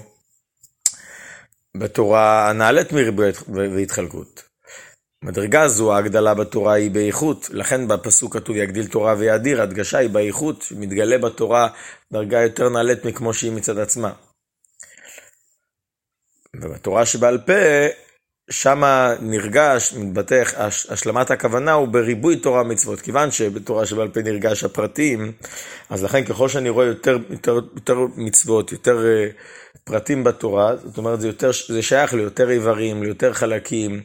בתורה הנעלית מריבוי והתחלקות. מדרגה זו, ההגדלה בתורה היא באיכות, לכן בפסוק כתוב יגדיל תורה ויאדיר, הדגשה היא באיכות, שמתגלה בתורה דרגה יותר נעלית מכמו שהיא מצד עצמה. ובתורה שבעל פה, שמה נרגש, מתבטח, השלמת הכוונה הוא בריבוי תורה מצוות, כיוון שבתורה שבעל פה נרגש הפרטים, אז לכן ככל שאני רואה יותר, יותר, יותר מצוות, יותר uh, פרטים בתורה, זאת אומרת זה, יותר, זה שייך ליותר איברים, ליותר חלקים,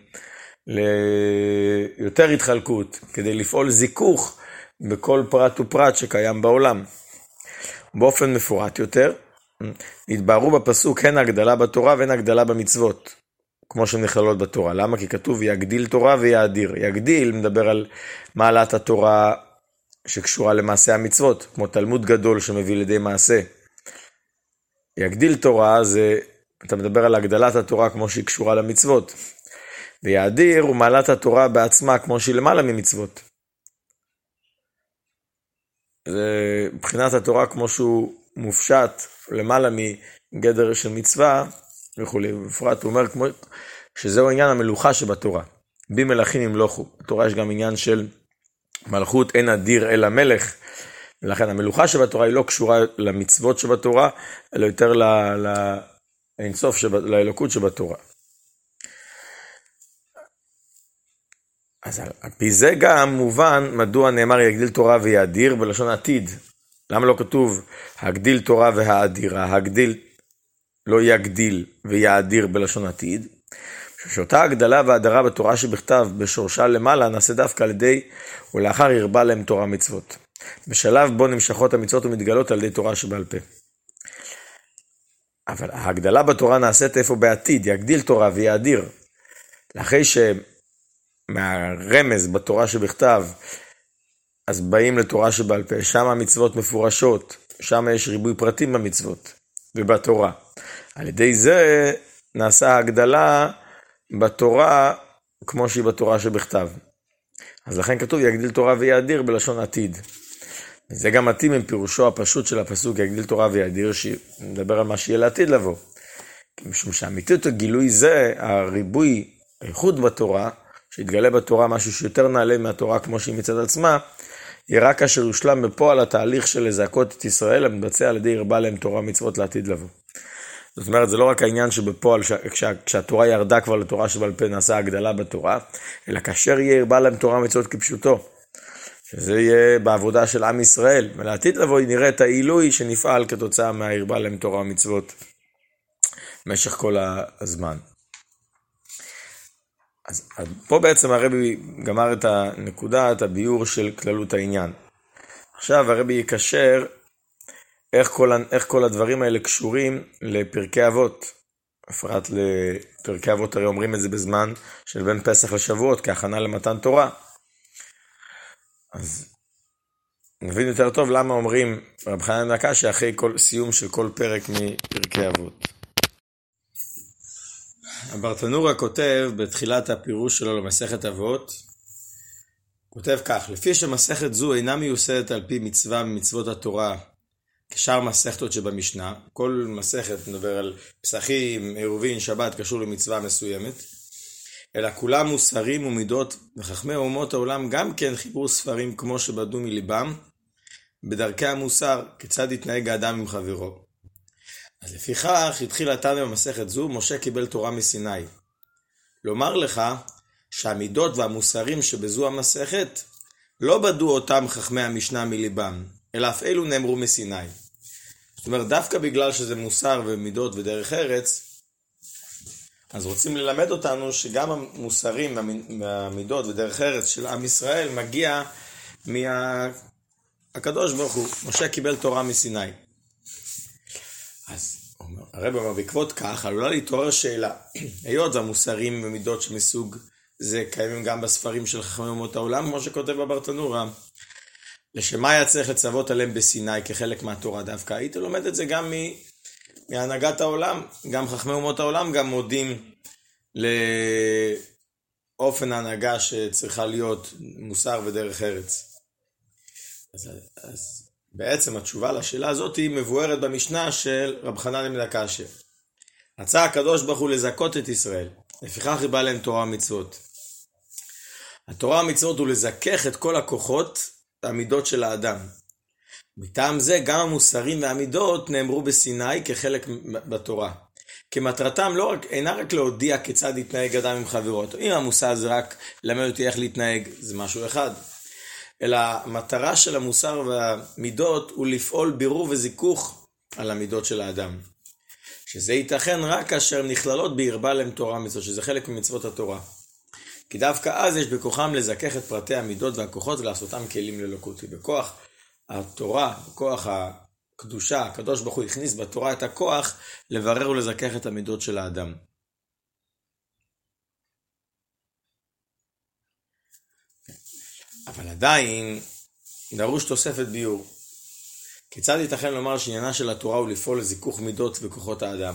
ליותר התחלקות, כדי לפעול זיכוך בכל פרט ופרט שקיים בעולם. באופן מפורט יותר, התבהרו בפסוק הן הגדלה בתורה והן הגדלה במצוות. כמו שנכללות בתורה. למה? כי כתוב יגדיל תורה ויאדיר. יגדיל מדבר על מעלת התורה שקשורה למעשה המצוות, כמו תלמוד גדול שמביא לידי מעשה. יגדיל תורה זה, אתה מדבר על הגדלת התורה כמו שהיא קשורה למצוות. ויאדיר הוא מעלת התורה בעצמה כמו שהיא למעלה ממצוות. זה בחינת התורה כמו שהוא מופשט למעלה מגדר של מצווה, וכולי. בפרט הוא אומר כמו שזהו עניין המלוכה שבתורה. בי מלכים ימלוכו. בתורה יש גם עניין של מלכות אין אדיר אלא מלך. ולכן המלוכה שבתורה היא לא קשורה למצוות שבתורה, אלא יותר לאינסוף, לאלוקות שבתורה. אז על פי זה גם מובן מדוע נאמר יגדיל תורה ויאדיר בלשון עתיד. למה לא כתוב הגדיל תורה והאדירה, הגדיל לא יגדיל ויאדיר בלשון עתיד? שאותה הגדלה והאדרה בתורה שבכתב בשורשה למעלה נעשה דווקא על ידי ולאחר ירבה להם תורה מצוות. בשלב בו נמשכות המצוות ומתגלות על ידי תורה שבעל פה. אבל ההגדלה בתורה נעשית איפה בעתיד, יגדיל תורה ויאדיר. לאחרי שמהרמז בתורה שבכתב, אז באים לתורה שבעל פה, שם המצוות מפורשות, שם יש ריבוי פרטים במצוות ובתורה. על ידי זה נעשה ההגדלה בתורה כמו שהיא בתורה שבכתב. אז לכן כתוב יגדיל תורה ויאדיר בלשון עתיד. זה גם מתאים עם פירושו הפשוט של הפסוק יגדיל תורה ויאדיר, שמדבר על מה שיהיה לעתיד לבוא. משום שהאמיתות הגילוי זה, הריבוי, הייחוד בתורה, שהתגלה בתורה משהו שיותר נעלה מהתורה כמו שהיא מצד עצמה, יהיה רק אשר יושלם בפועל התהליך של לזעקות את ישראל, המתבצע על ידי ירבה להם תורה מצוות לעתיד לבוא. זאת אומרת, זה לא רק העניין שבפועל, כשה, כשהתורה ירדה כבר לתורה שבעל פה נעשה הגדלה בתורה, אלא כאשר יהיה ירבה להם תורה מצוות כפשוטו, שזה יהיה בעבודה של עם ישראל, ולעתיד לבוא נראה את העילוי שנפעל כתוצאה מהירבה להם תורה מצוות במשך כל הזמן. אז פה בעצם הרבי גמר את הנקודה, את הביור של כללות העניין. עכשיו הרבי יקשר איך כל, איך כל הדברים האלה קשורים לפרקי אבות. בפרט לפרקי אבות, הרי אומרים את זה בזמן של בין פסח לשבועות, כהכנה למתן תורה. אז נבין יותר טוב למה אומרים רב חנן בן הקשיא אחרי כל, סיום של כל פרק מפרקי אבות. הברטנורה כותב בתחילת הפירוש שלו למסכת אבות, כותב כך: לפי שמסכת זו אינה מיוסדת על פי מצווה ממצוות התורה, כשאר מסכתות שבמשנה, כל מסכת מדבר על פסחים, עירובין, שבת, קשור למצווה מסוימת, אלא כולם מוסרים ומידות, וחכמי אומות העולם גם כן חיברו ספרים כמו שבדו מליבם, בדרכי המוסר, כיצד יתנהג האדם עם חברו. אז לפיכך התחיל התנא במסכת זו, משה קיבל תורה מסיני. לומר לך שהמידות והמוסרים שבזו המסכת, לא בדו אותם חכמי המשנה מליבם, אלא אף אלו נאמרו מסיני. זאת אומרת, דווקא בגלל שזה מוסר ומידות ודרך ארץ, אז רוצים ללמד אותנו שגם המוסרים והמידות ודרך ארץ של עם ישראל מגיע מהקדוש ברוך הוא. משה קיבל תורה מסיני. אז הרב אומר, בעקבות כך עלולה להתעורר שאלה, היות והמוסרים ומידות שמסוג זה קיימים גם בספרים של חכמי אומות העולם, כמו שכותב בברטנורה, לשמה היה צריך לצוות עליהם בסיני כחלק מהתורה דווקא? היית לומד את זה גם מהנהגת העולם, גם חכמי אומות העולם גם מודים לאופן ההנהגה שצריכה להיות מוסר ודרך ארץ. אז, אז בעצם התשובה לשאלה הזאת היא מבוארת במשנה של רב חנן בן הקשיא. רצה הקדוש ברוך הוא לזכות את ישראל, לפיכך ריבה להם תורה ומצוות. התורה ומצוות הוא לזכך את כל הכוחות והמידות של האדם. מטעם זה גם המוסרים והמידות נאמרו בסיני כחלק בתורה. כי מטרתם לא רק, אינה רק להודיע כיצד יתנהג אדם עם חברות. אם המוסר זה רק למד אותי איך להתנהג, זה משהו אחד. אלא המטרה של המוסר והמידות הוא לפעול בירור וזיכוך על המידות של האדם. שזה ייתכן רק כאשר נכללות בירבה להם תורה מצוות, שזה חלק ממצוות התורה. כי דווקא אז יש בכוחם לזכך את פרטי המידות והכוחות ולעשותם כלים לאלוקות. בכוח התורה, בכוח הקדושה, הקדוש ברוך הוא הכניס בתורה את הכוח לברר ולזכך את המידות של האדם. אבל עדיין דרוש תוספת ביור. כיצד ייתכן לומר שעניינה של התורה הוא לפעול לזיכוך מידות וכוחות האדם?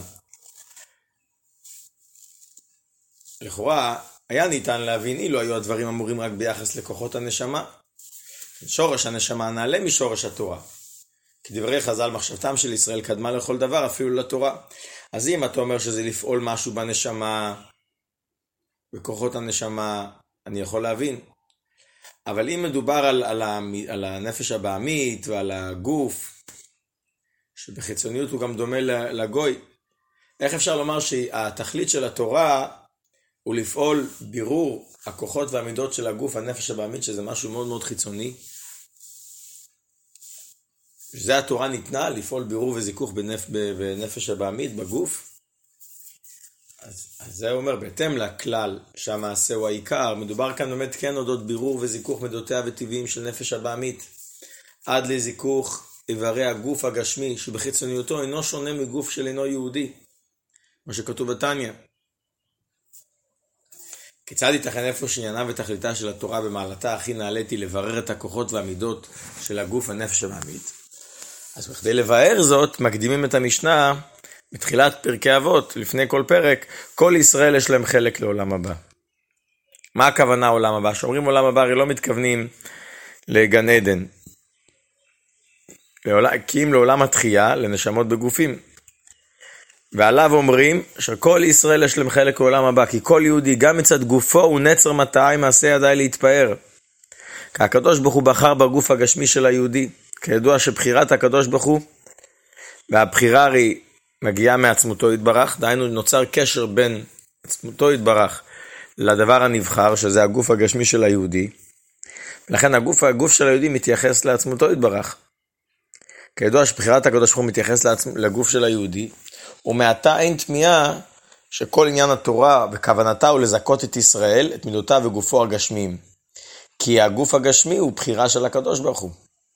לכאורה היה ניתן להבין אילו היו הדברים אמורים רק ביחס לכוחות הנשמה. שורש הנשמה נעלה משורש התורה. כדברי חז"ל, מחשבתם של ישראל קדמה לכל דבר, אפילו לתורה. אז אם אתה אומר שזה לפעול משהו בנשמה, בכוחות הנשמה, אני יכול להבין. אבל אם מדובר על, על, על הנפש הבעמית ועל הגוף, שבחיצוניות הוא גם דומה לגוי, איך אפשר לומר שהתכלית של התורה הוא לפעול בירור הכוחות והמידות של הגוף, הנפש הבעמית, שזה משהו מאוד מאוד חיצוני? שזה התורה ניתנה לפעול בירור וזיכוך בנפ... בנפש הבעמית, בגוף. אז, אז זה אומר, בהתאם לכלל שהמעשה הוא העיקר, מדובר כאן באמת כן אודות בירור וזיכוך מידותיה וטבעיים של נפש הבעמית, עד לזיכוך איברי הגוף הגשמי, שבחיצוניותו אינו שונה מגוף של אינו יהודי, מה שכתוב בתניא. כיצד ייתכן איפה שעניינה ותכליתה של התורה במעלתה הכי נעליתי לברר את הכוחות והמידות של הגוף הנפש הבעמית? אז בכדי לבאר זאת, מקדימים את המשנה בתחילת פרקי אבות, לפני כל פרק, כל ישראל יש להם חלק לעולם הבא. מה הכוונה עולם הבא? שאומרים עולם הבא, הרי לא מתכוונים לגן עדן. כי אם לעולם התחייה, לנשמות בגופים. ועליו אומרים שכל ישראל יש להם חלק לעולם הבא, כי כל יהודי גם מצד גופו הוא נצר מטעי מעשה ידי להתפאר. כי הקדוש ברוך הוא בחר בגוף הגשמי של היהודי. כידוע שבחירת הקדוש ברוך הוא, והבחירה הרי מגיעה מעצמותו יתברך, דהיינו נוצר קשר בין עצמותו יתברך לדבר הנבחר, שזה הגוף הגשמי של היהודי, ולכן הגוף, הגוף של היהודי מתייחס לעצמותו יתברך. כידוע שבחירת הקדוש ברוך הוא מתייחס לעצמ... לגוף של היהודי, ומעתה אין תמיהה שכל עניין התורה וכוונתה הוא לזכות את ישראל, את מידותיו וגופו הגשמיים. כי הגוף הגשמי הוא בחירה של הקדוש ברוך הוא.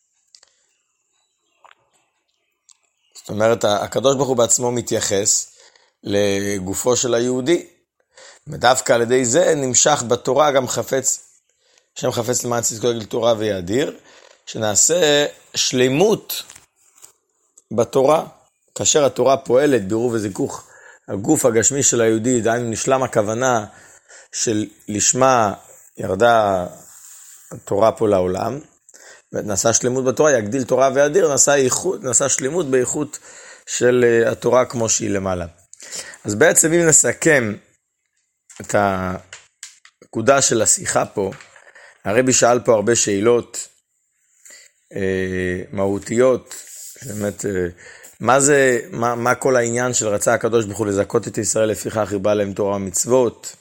זאת אומרת, הקדוש ברוך הוא בעצמו מתייחס לגופו של היהודי, ודווקא על ידי זה נמשך בתורה גם חפץ, שם חפץ למען צדקו יגדיל תורה ויאדיר, שנעשה שלמות בתורה, כאשר התורה פועלת בירור וזיכוך הגוף הגשמי של היהודי, דהיינו נשלם הכוונה של לשמה ירדה התורה פה לעולם, ונעשה שלמות בתורה, יגדיל תורה ויאדיר, נעשה, איכות, נעשה שלמות באיכות של התורה כמו שהיא למעלה. אז בעצם אם נסכם את הנקודה של השיחה פה, הרבי שאל פה הרבה שאלות אה, מהותיות, באמת, אה, מה זה, מה, מה כל העניין של רצה הקדוש ברוך הוא לזכות את ישראל לפיכך ירבה להם תורה ומצוות,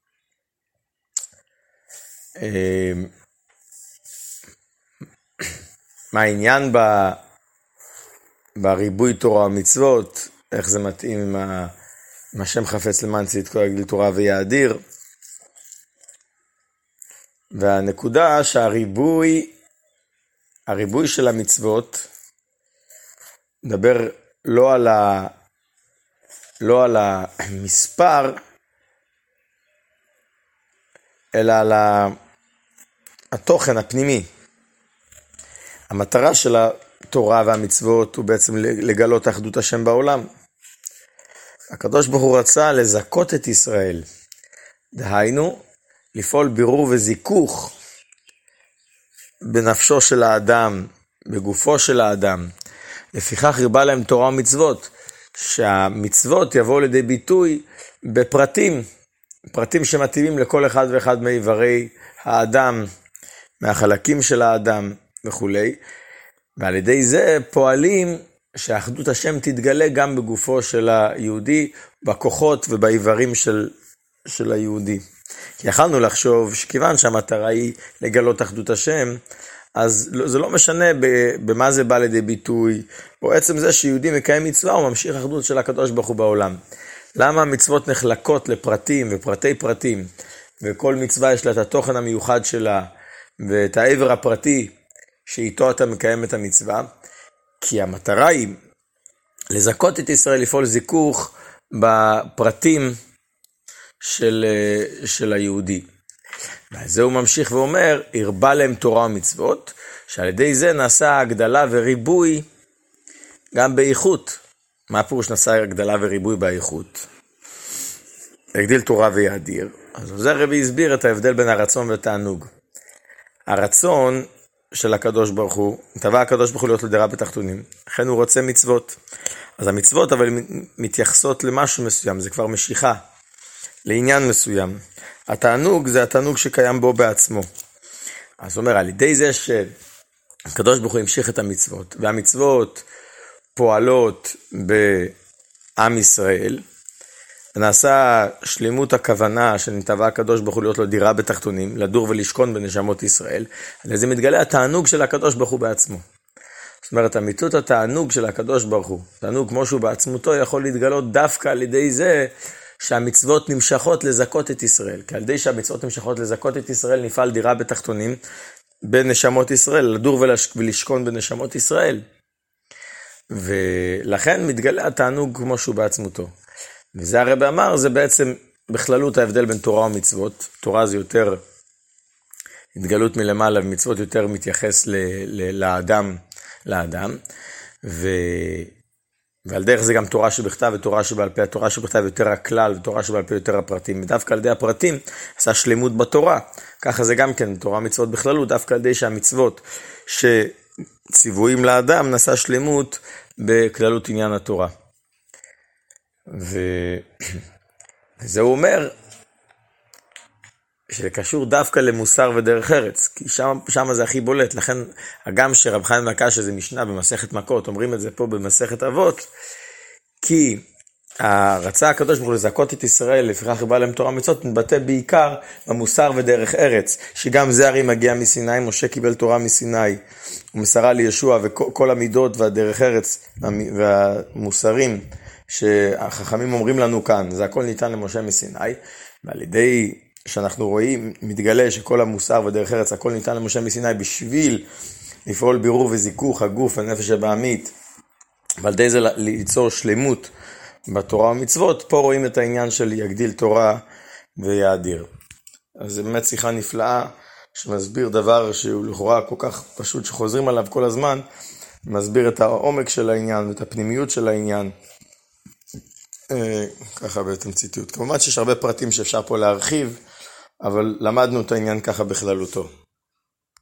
אה, מה העניין ב, בריבוי תורה ומצוות, איך זה מתאים עם, ה, עם השם חפץ למען צדקו יגדיל תורה ויאדיר, והנקודה שהריבוי, הריבוי של המצוות, מדבר לא על ה, לא על המספר, אלא על התוכן הפנימי. המטרה של התורה והמצוות הוא בעצם לגלות אחדות השם בעולם. הקדוש ברוך הוא רצה לזכות את ישראל, דהיינו, לפעול בירור וזיכוך בנפשו של האדם, בגופו של האדם. לפיכך ירבה להם תורה ומצוות, שהמצוות יבואו לידי ביטוי בפרטים, פרטים שמתאימים לכל אחד ואחד מאיברי האדם, מהחלקים של האדם וכו'. ועל ידי זה פועלים שאחדות השם תתגלה גם בגופו של היהודי, בכוחות ובאיברים של, של היהודי. כי יכלנו לחשוב שכיוון שהמטרה היא לגלות אחדות השם, אז זה לא משנה במה זה בא לידי ביטוי, או עצם זה שיהודי מקיים מצווה, הוא ממשיך אחדות של הקדוש ברוך הוא בעולם. למה המצוות נחלקות לפרטים ופרטי פרטים, וכל מצווה יש לה את התוכן המיוחד שלה, ואת העבר הפרטי שאיתו אתה מקיים את המצווה? כי המטרה היא לזכות את ישראל לפעול זיכוך בפרטים של, של היהודי. ועל זה הוא ממשיך ואומר, ירבה להם תורה ומצוות, שעל ידי זה נעשה הגדלה וריבוי גם באיכות. מה פירוש נעשה הגדלה וריבוי באיכות? יגדיל תורה ויאדיר. אז זה הרבי הסביר את ההבדל בין הרצון והתענוג. הרצון של הקדוש ברוך הוא, טבע הקדוש ברוך הוא להיות לדירה בתחתונים, לכן הוא רוצה מצוות. אז המצוות אבל מתייחסות למשהו מסוים, זה כבר משיכה, לעניין מסוים. התענוג זה התענוג שקיים בו בעצמו. אז אומר, על ידי זה שהקדוש ברוך הוא המשיך את המצוות, והמצוות פועלות בעם ישראל, ונעשה שלימות הכוונה שנטבע הקדוש ברוך הוא להיות לו דירה בתחתונים, לדור ולשכון בנשמות ישראל, על זה מתגלה התענוג של הקדוש ברוך הוא בעצמו. זאת אומרת, אמיתות התענוג של הקדוש ברוך הוא, תענוג כמו שהוא בעצמותו, יכול להתגלות דווקא על ידי זה שהמצוות נמשכות לזכות את ישראל. כי על ידי שהמצוות נמשכות לזכות את ישראל, נפעל דירה בתחתונים בנשמות ישראל, לדור ולשכון בנשמות ישראל. ולכן מתגלה התענוג כמו שהוא בעצמותו. וזה הרב אמר, זה בעצם בכללות ההבדל בין תורה ומצוות. תורה זה יותר התגלות מלמעלה, ומצוות יותר מתייחס ל, ל, לאדם, לאדם. ו... ועל דרך זה גם תורה שבכתב ותורה שבעל פה. התורה שבכתב יותר הכלל, ותורה שבעל פה יותר הפרטים. ודווקא על ידי הפרטים עשה שלמות בתורה. ככה זה גם כן, תורה מצוות בכללות, דווקא על ידי שהמצוות שציוויים לאדם נעשה שלמות בכללות עניין התורה. ו... וזה הוא אומר שזה קשור דווקא למוסר ודרך ארץ, כי שם, שם זה הכי בולט. לכן הגם שרב חיים מקש שזה משנה במסכת מכות, אומרים את זה פה במסכת אבות, כי רצה הקדוש ברוך הוא לזכות את ישראל, לפיכך בא להם תורה מצוות, מתבטא בעיקר במוסר ודרך ארץ, שגם זה הרי מגיע מסיני. משה קיבל תורה מסיני, הוא מסרה לישוע, וכל המידות והדרך ארץ והמוסרים שהחכמים אומרים לנו כאן, זה הכל ניתן למשה מסיני. ועל ידי שאנחנו רואים, מתגלה שכל המוסר ודרך ארץ, הכל ניתן למשה מסיני בשביל לפעול בירור וזיכוך הגוף והנפש הבעמית, ועל ידי זה ליצור שלמות בתורה ומצוות. פה רואים את העניין של יגדיל תורה ויאדיר. אז זה באמת שיחה נפלאה, שמסביר דבר שהוא לכאורה כל כך פשוט שחוזרים עליו כל הזמן, מסביר את העומק של העניין ואת הפנימיות של העניין. ככה בתמציתיות. כמובן שיש הרבה פרטים שאפשר פה להרחיב, אבל למדנו את העניין ככה בכללותו.